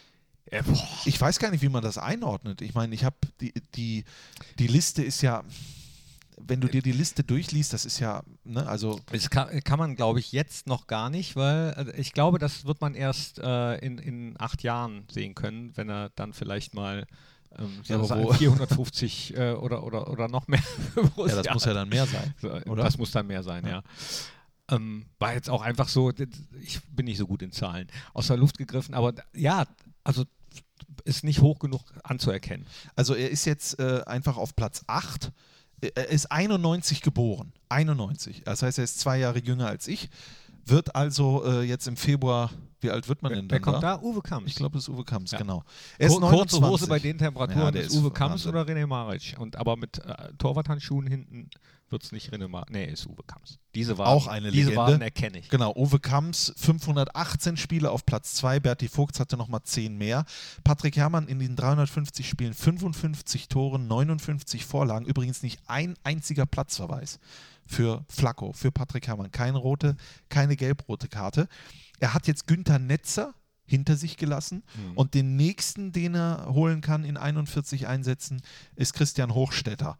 Äh, boah. Ich weiß gar nicht, wie man das einordnet. Ich meine, ich habe die, die, die Liste ist ja, wenn du dir die Liste durchliest, das ist ja, ne, also Das kann, kann man, glaube ich, jetzt noch gar nicht, weil also ich glaube, das wird man erst äh, in, in acht Jahren sehen können, wenn er dann vielleicht mal ähm, Ja, aber so wo- vierhundertfünfzig äh, oder, oder, oder noch mehr. ja, das muss ja dann mehr sein, So, oder? Das muss dann mehr sein, ja. Ähm, war jetzt auch einfach so, d- d- ich bin nicht so gut in Zahlen, aus der Luft gegriffen, aber d- ja, also ist nicht hoch genug anzuerkennen. Also er ist jetzt äh, einfach auf Platz acht. Er ist einundneunzig geboren. einundneunzig. Das heißt, er ist zwei Jahre jünger als ich. Wird also äh, jetzt im Februar, wie alt wird man denn Wer dann kommt da? Uwe Kamps. Ich glaube, es ist Uwe Kamps, Ja. genau. Er ist Kur kurze Hose neunundzwanzig. bei den Temperaturen Ja, der ist ist Uwe Kamps Wahnsinn. oder René Maric. Und aber mit äh, Torwarthandschuhen hinten wird es nicht René Maric. Nee, ist Uwe Kamps. Diese Waden, Auch eine diese Legende. Waden erkenne ich. Genau, Uwe Kamps, fünfhundertachtzehn Spiele auf Platz zwei, Berti Vogts hatte nochmal zehn mehr. Patrick Herrmann in den dreihundertfünfzig Spielen, fünfundfünfzig Toren, neunundfünfzig Vorlagen, übrigens nicht ein einziger Platzverweis für Flacco, für Patrick Herrmann. Keine rote, keine gelb-rote Karte. Er hat jetzt Günther Netzer hinter sich gelassen Mhm. und den nächsten, den er holen kann in einundvierzig Einsätzen, ist Christian Hochstetter.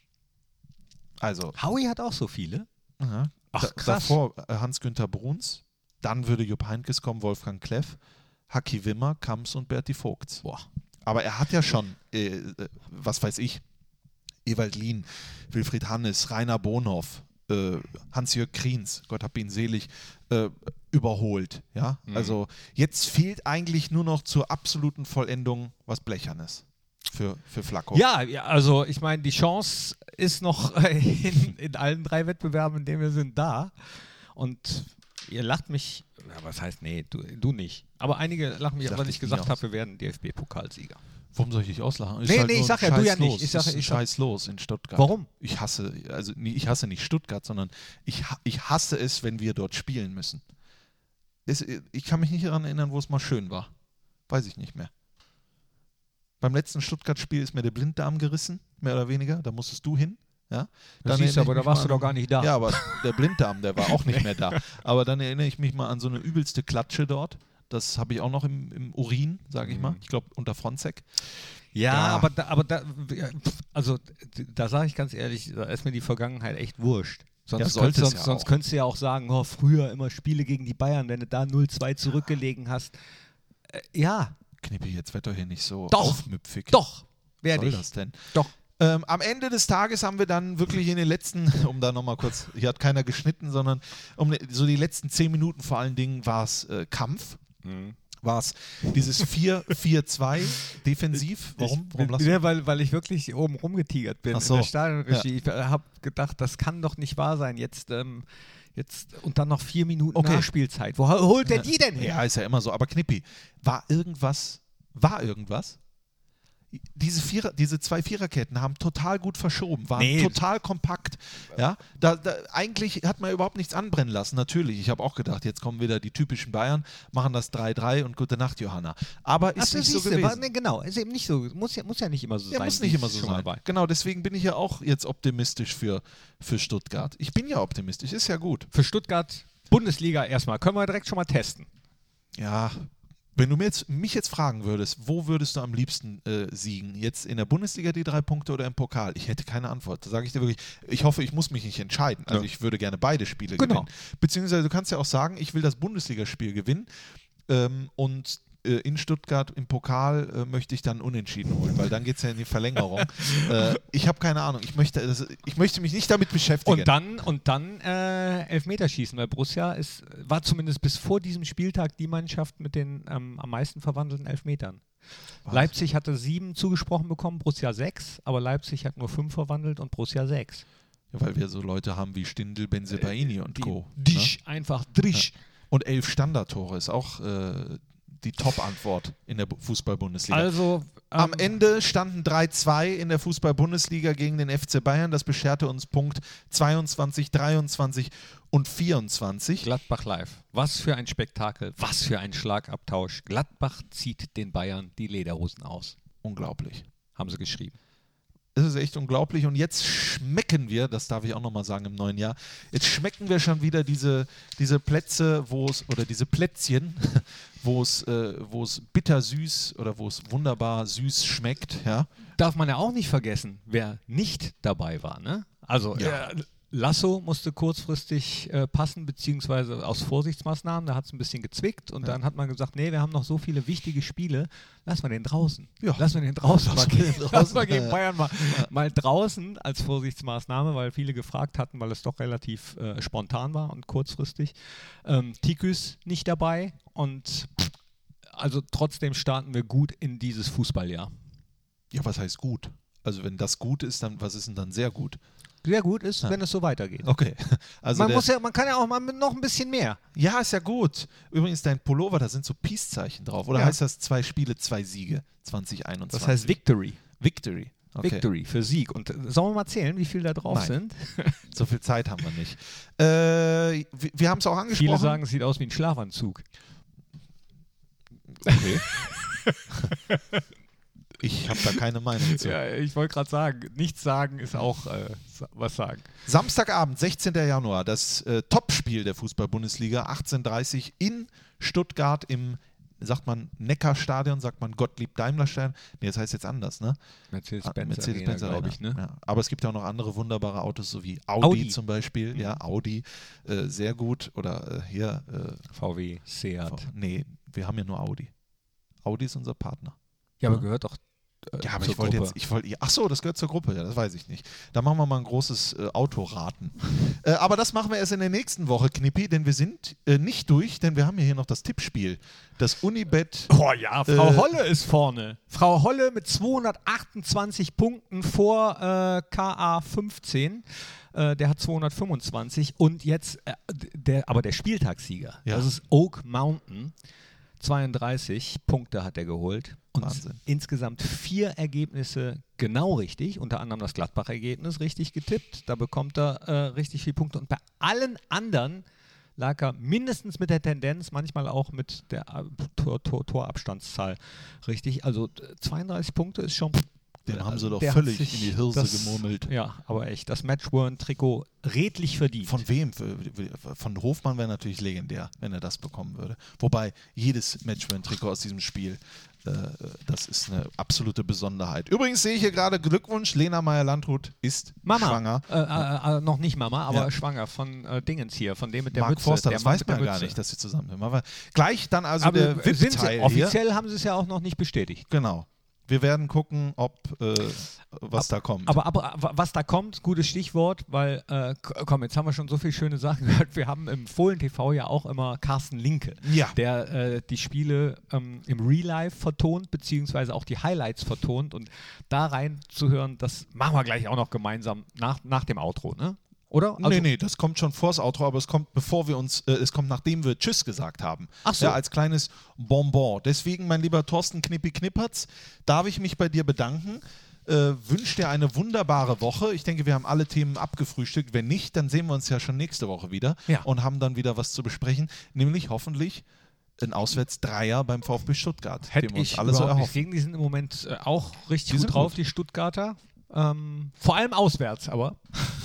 Also, Howie hat auch so viele. aha. Ach, Da- krass. Davor äh, Hans-Günther Bruns, dann würde Jupp Heynckes kommen, Wolfgang Kleff, Haki Wimmer, Kamps und Berti Vogts. Boah. Aber er hat ja schon, äh, äh, was weiß ich, Ewald Lien, Wilfried Hannes, Rainer Bonhoff, äh, Hans-Jörg Kriens, Gott hab ihn selig, äh, überholt. Ja? Mhm. Also jetzt fehlt eigentlich nur noch zur absoluten Vollendung was Blechernes für, für Flacco. Ja, ja, also ich meine, die Chance ist noch äh, in, in allen drei Wettbewerben, in denen wir sind, da. Und ihr lacht mich, ja, was heißt, nee, du, du nicht. Aber einige lachen mich, Ich lach weil dich ich gesagt nie aus. habe, wir werden D F B-Pokalsieger. Warum soll ich dich auslachen? Ist Nee, halt nee, nur ich sag ein ja, du ja Scheiß nicht. los. Ich sag- Ist ein ich sag- Scheiß los in Stuttgart. Warum? Ich hasse, also nee, ich hasse nicht Stuttgart, sondern ich, ha- ich hasse es, wenn wir dort spielen müssen. Es, ich kann mich nicht daran erinnern, wo es mal schön war. Weiß ich nicht mehr. Beim letzten Stuttgart-Spiel ist mir der Blinddarm gerissen, mehr oder weniger. Da musstest du hin. Ja? Das siehst erinnere du, aber ich da mich warst mal du an- doch gar nicht da. Ja, aber der Blinddarm, der war auch nicht mehr da. Aber dann erinnere ich mich mal an so eine übelste Klatsche dort. Das habe ich auch noch im, im Urin, sage ich Mhm. mal. Ich glaube, unter Fronzek. Ja, Ja. aber da, aber da, also da sage ich ganz ehrlich, da ist mir die Vergangenheit echt wurscht. Sonst, Ja, sollte könntest, es sonst, ja sonst auch. könntest du ja auch sagen, oh, früher immer Spiele gegen die Bayern, wenn du da null zwei zurückgelegen hast. Äh, ja, Knippi, jetzt wird doch hier nicht so Doch. aufmüpfig. doch, Was werde soll ich. das denn? Doch. Ähm, am Ende des Tages haben wir dann wirklich in den letzten, um da nochmal kurz, hier hat keiner geschnitten, sondern um so die letzten zehn Minuten vor allen Dingen war es äh, Kampf. Mhm. War es dieses vier vier zwei defensiv. Warum? Ich, Warum lachst ja, du? weil, weil ich wirklich oben rumgetigert bin Ach so. in der Stadionregie. Ich habe gedacht, das kann doch nicht wahr sein. Jetzt, ähm, jetzt und dann noch vier Minuten Okay. Nachspielzeit. Wo holt der die denn her? Ja, ist ja immer so. Aber Knippi, war irgendwas, war irgendwas? Diese, Vierer, diese zwei Viererketten haben total gut verschoben, waren Nee. total kompakt. Ja? Da, da, eigentlich hat man überhaupt nichts anbrennen lassen, natürlich. Ich habe auch gedacht, jetzt kommen wieder die typischen Bayern, machen das drei drei und gute Nacht, Johanna. Aber ist Ach, nicht so siehste, gewesen. war, nee, genau, ist eben nicht so. Muss ja, muss ja nicht immer so Ja, sein. muss wie nicht es immer so schon mal sein. war. Genau, deswegen bin ich ja auch jetzt optimistisch für, für Stuttgart. Ich bin ja optimistisch, ist ja gut. Für Stuttgart Bundesliga erstmal. Können wir direkt schon mal testen. Ja, Wenn du mir jetzt, mich jetzt fragen würdest, wo würdest du am liebsten äh, siegen? Jetzt in der Bundesliga die drei Punkte oder im Pokal? Ich hätte keine Antwort. Da sage ich dir wirklich, ich hoffe, ich muss mich nicht entscheiden. Also ja. ich würde gerne beide Spiele genau. gewinnen. Beziehungsweise du kannst ja auch sagen, ich will das Bundesligaspiel gewinnen ähm, und äh, in Stuttgart im Pokal äh, möchte ich dann unentschieden holen, weil dann geht es ja in die Verlängerung. äh, ich habe keine Ahnung. Ich möchte, das, ich möchte mich nicht damit beschäftigen. Und dann, und dann äh, Elfmeterschießen, weil Borussia ist, war zumindest bis vor diesem Spieltag die Mannschaft mit den ähm, am meisten verwandelten Elfmetern. Was? Leipzig hatte sieben zugesprochen bekommen, Borussia sechs, aber Leipzig hat nur fünf verwandelt und Borussia sechs. Ja, weil wir so Leute haben wie Stindl, Bensebaini äh, und die, Co. Disch, ne? einfach Drisch. Ja. Und elf Standardtore ist auch äh, die Top-Antwort in der Fußball-Bundesliga. Also ähm, am Ende standen drei zwei in der Fußball-Bundesliga gegen den F C Bayern. Das bescherte uns Punkt zweiundzwanzig, dreiundzwanzig und vierundzwanzig. Gladbach live. Was für ein Spektakel, was für ein Schlagabtausch. Gladbach zieht den Bayern die Lederhosen aus. Unglaublich. Haben sie geschrieben. Das ist echt unglaublich. Und jetzt schmecken wir, das darf ich auch nochmal sagen im neuen Jahr, jetzt schmecken wir schon wieder diese, diese Plätze, wo es, oder diese Plätzchen, wo es, äh, wo es bittersüß oder wo es wunderbar süß schmeckt. Ja? Darf man ja auch nicht vergessen, wer nicht dabei war. Ne? Also ja. äh, Lasso musste kurzfristig äh, passen, beziehungsweise aus Vorsichtsmaßnahmen, da hat es ein bisschen gezwickt und ja. dann hat man gesagt, nee, wir haben noch so viele wichtige Spiele, lassen wir den draußen. Ja. Lassen wir den draußen. Lassen mal wir gegen, lassen wir gegen Bayern mal, ja. mal draußen als Vorsichtsmaßnahme, weil viele gefragt hatten, weil es doch relativ äh, spontan war und kurzfristig. Ähm, Tiküs nicht dabei und also trotzdem starten wir gut in dieses Fußballjahr. Ja, was heißt gut? Also wenn das gut ist, dann was ist denn dann sehr gut? Sehr gut ist, ja. wenn es so weitergeht. Okay. Also man, muss ja, man kann ja auch mal mit noch ein bisschen mehr. Ja, ist ja gut. Übrigens, dein Pullover, da sind so Peace-Zeichen drauf. Oder ja. heißt das zwei Spiele, zwei Siege zwanzig einundzwanzig? Das heißt Victory. Victory. Okay. Victory für Sieg. Und sollen wir mal zählen, wie viel da drauf Nein. sind? So viel Zeit haben wir nicht. Äh, wir wir haben es auch angesprochen. Viele sagen, es sieht aus wie ein Schlafanzug. Okay. Ich habe da keine Meinung zu. Ja, ich wollte gerade sagen, nichts sagen ist auch äh, was sagen. Samstagabend, sechzehnten Januar, das äh, Topspiel der Fußball-Bundesliga, achtzehn Uhr dreißig in Stuttgart im, sagt man Neckarstadion, sagt man Gottlieb-Daimler-Stadion. Nee, das heißt jetzt anders, ne? Mercedes-Benz, Mercedes-Benz Arena, glaube ich, ne? Ja. Aber es gibt ja auch noch andere wunderbare Autos, so wie Audi, Audi. zum Beispiel. Mhm. Ja, Audi, äh, sehr gut. Oder äh, hier äh, V W, Seat. V- nee, wir haben ja nur Audi. Audi ist unser Partner. Ja, aber gehört doch Äh, ja, aber ich wollte jetzt, ich wollte, ach so, das gehört zur Gruppe, ja, das weiß ich nicht. Da machen wir mal ein großes äh, Autoraten. äh, aber das machen wir erst in der nächsten Woche, Knippi, denn wir sind äh, nicht durch, denn wir haben ja hier noch das Tippspiel. Das Unibet. Oh ja, Frau äh, Holle ist vorne. Frau Holle mit zweihundertachtundzwanzig Punkten vor äh, K A fünfzehn. Äh, der hat zweihundertfünfundzwanzig und jetzt, äh, der, aber der Spieltagssieger, ja. das ist Oak Mountain. zweiunddreißig Punkte hat er geholt und Wahnsinn. Insgesamt vier Ergebnisse genau richtig, unter anderem das Gladbach-Ergebnis richtig getippt, da bekommt er äh, richtig viele Punkte und bei allen anderen lag er mindestens mit der Tendenz, manchmal auch mit der äh, Tor, Tor, Torabstandszahl richtig, also zweiunddreißig Punkte ist schon... Den haben sie doch der völlig sich in die Hirse das, gemurmelt. Ja, aber echt, das Matchworn-Trikot redlich verdient. Von wem? Von Hofmann wäre natürlich legendär, wenn er das bekommen würde. Wobei jedes Matchman-Trikot aus diesem Spiel, äh, das ist eine absolute Besonderheit. Übrigens sehe ich hier gerade Glückwunsch, Lena Meyer-Landrut ist Mama. schwanger. Äh, äh, äh, noch nicht Mama, aber ja. schwanger von äh, Dingens hier, von dem mit der Mark Mütze. Forster, der das Mann weiß mit man der gar Mütze. nicht, dass sie zusammen sind. Aber gleich dann also aber der sind sie, V I P-Teil offiziell hier. haben sie es ja auch noch nicht bestätigt. Genau. Wir werden gucken, ob äh, was Ab, da kommt. Aber, aber was da kommt, gutes Stichwort, weil, äh, komm, jetzt haben wir schon so viele schöne Sachen gehört. Wir haben im Fohlen-T V ja auch immer Carsten Linke, Ja. der äh, die Spiele ähm, im Real Life vertont, beziehungsweise auch die Highlights vertont. Und da reinzuhören, das machen wir gleich auch noch gemeinsam nach, nach dem Outro, ne? Oder? Also, nee, nee, das kommt schon vors Outro, aber es kommt, bevor wir uns, äh, es kommt, nachdem wir Tschüss gesagt haben. Ach so. Ja, als kleines Bonbon. Deswegen, mein lieber Thorsten Knippi Knippertz, darf ich mich bei dir bedanken. Äh, wünsche dir eine wunderbare Woche. Ich denke, wir haben alle Themen abgefrühstückt. Wenn nicht, dann sehen wir uns ja schon nächste Woche wieder Ja. und haben dann wieder was zu besprechen, nämlich hoffentlich ein Auswärts-Dreier beim VfB Stuttgart, hätte den wir uns ich alle so überhaupt nicht. erhoffen. Deswegen, die sind im Moment äh, auch richtig Die gut sind drauf, gut. die Stuttgarter. Ähm, vor allem auswärts, aber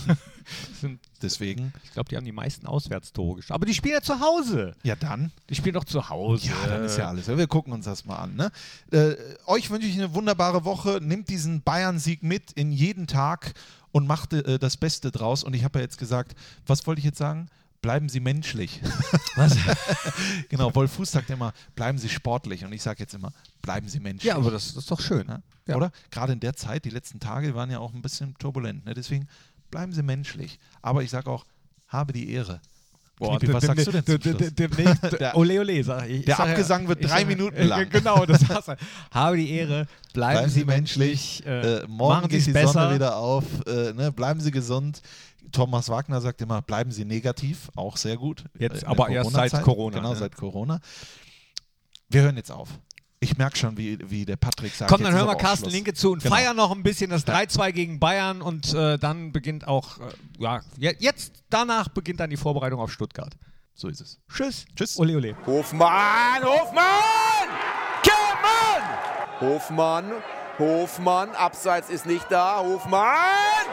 sind, Deswegen. ich glaube, die haben die meisten Auswärtstore geschossen. Aber die spielen ja zu Hause. Ja, dann. Die spielen doch zu Hause. Ja, dann ist ja alles. Wir gucken uns das mal an. Ne? Äh, euch wünsche ich eine wunderbare Woche. Nehmt diesen Bayern-Sieg mit in jeden Tag und macht äh, das Beste draus. Und ich habe ja jetzt gesagt, was wollte ich jetzt sagen? Bleiben Sie menschlich. Was? Genau, Wolf Fuß sagt immer, bleiben Sie sportlich. Und ich sage jetzt immer, bleiben Sie menschlich. Ja, aber das, das ist doch schön. Ja? Ja. Oder? Gerade in der Zeit, die letzten Tage waren ja auch ein bisschen turbulent. Ne? Deswegen bleiben Sie menschlich. Aber ich sage auch, habe die Ehre. Boah, Knippi, was der- sagst du denn der- zum der- Schluss? der- der- der- Der- Ole, ole, sag ich. Ich der sag ja- Abgesang wird ich drei sag- Minuten äh, lang. Genau, das war's. Habe die Ehre, bleiben, Bleiben Sie Sie menschlich, menschlich. äh, Äh, morgen machen geht Sie die es besser. Sonne wieder auf. Äh, ne? Bleiben Sie gesund. Thomas Wagner sagt immer, bleiben Sie negativ. Auch sehr gut. Jetzt, in aber der erst seit Corona-Zeit. Corona, Genau, ne? seit Corona. Wir hören jetzt auf. Ich merke schon, wie, wie der Patrick sagt. Komm, dann jetzt hören ist wir aber auch Carsten Schluss. Linke zu und Genau. feiern noch ein bisschen das drei zwei gegen Bayern und äh, dann beginnt auch, äh, ja, je- jetzt, danach beginnt dann die Vorbereitung auf Stuttgart. So ist es. Tschüss. Tschüss. Ole, ole. Hofmann, Hofmann! Kehrmann! Hofmann, Hofmann, Abseits ist nicht da, Hofmann!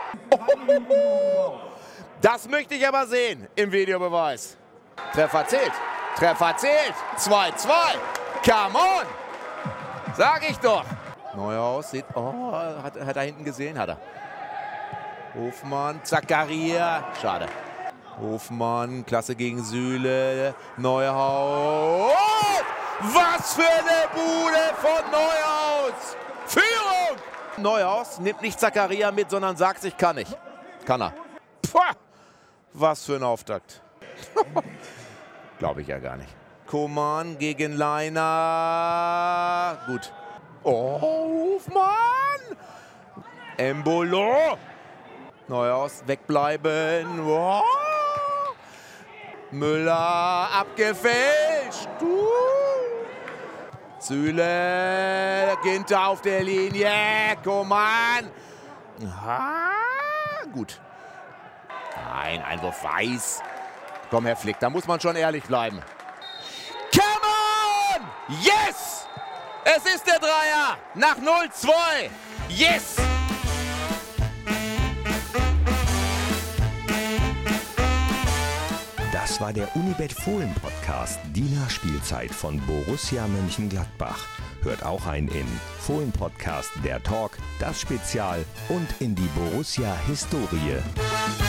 Das möchte ich aber sehen im Videobeweis. Treffer zählt, Treffer zählt, zwei zwei, come on! Sag ich doch. Neuhaus sieht, oh, hat, hat er hinten gesehen, hat er. Hofmann, Zakaria, schade. Hofmann, Klasse gegen Süle, Neuhaus. Was für eine Bude von Neuhaus! Führung! Neuhaus nimmt nicht Zakaria mit, sondern sagt sich, kann ich. Kann er. Puh, was für ein Auftakt. Glaube ich ja gar nicht. Koman gegen Leiner. Gut. Oh, Hofmann! Embolo. Neuhaus wegbleiben. Oh. Müller abgefälscht. Uh. Süle, Ginter auf der Linie. Koman. Ah, gut. Nein, Einwurf weiß. Komm, Herr Flick, da muss man schon ehrlich bleiben. Come on! Yes! Es ist der Dreier nach null zwei. Yes! Das war der Unibet Fohlen Podcast, die Nachspielzeit von Borussia Mönchengladbach. Hört auch ein in Fohlen Podcast, der Talk, das Spezial und in die Borussia Historie.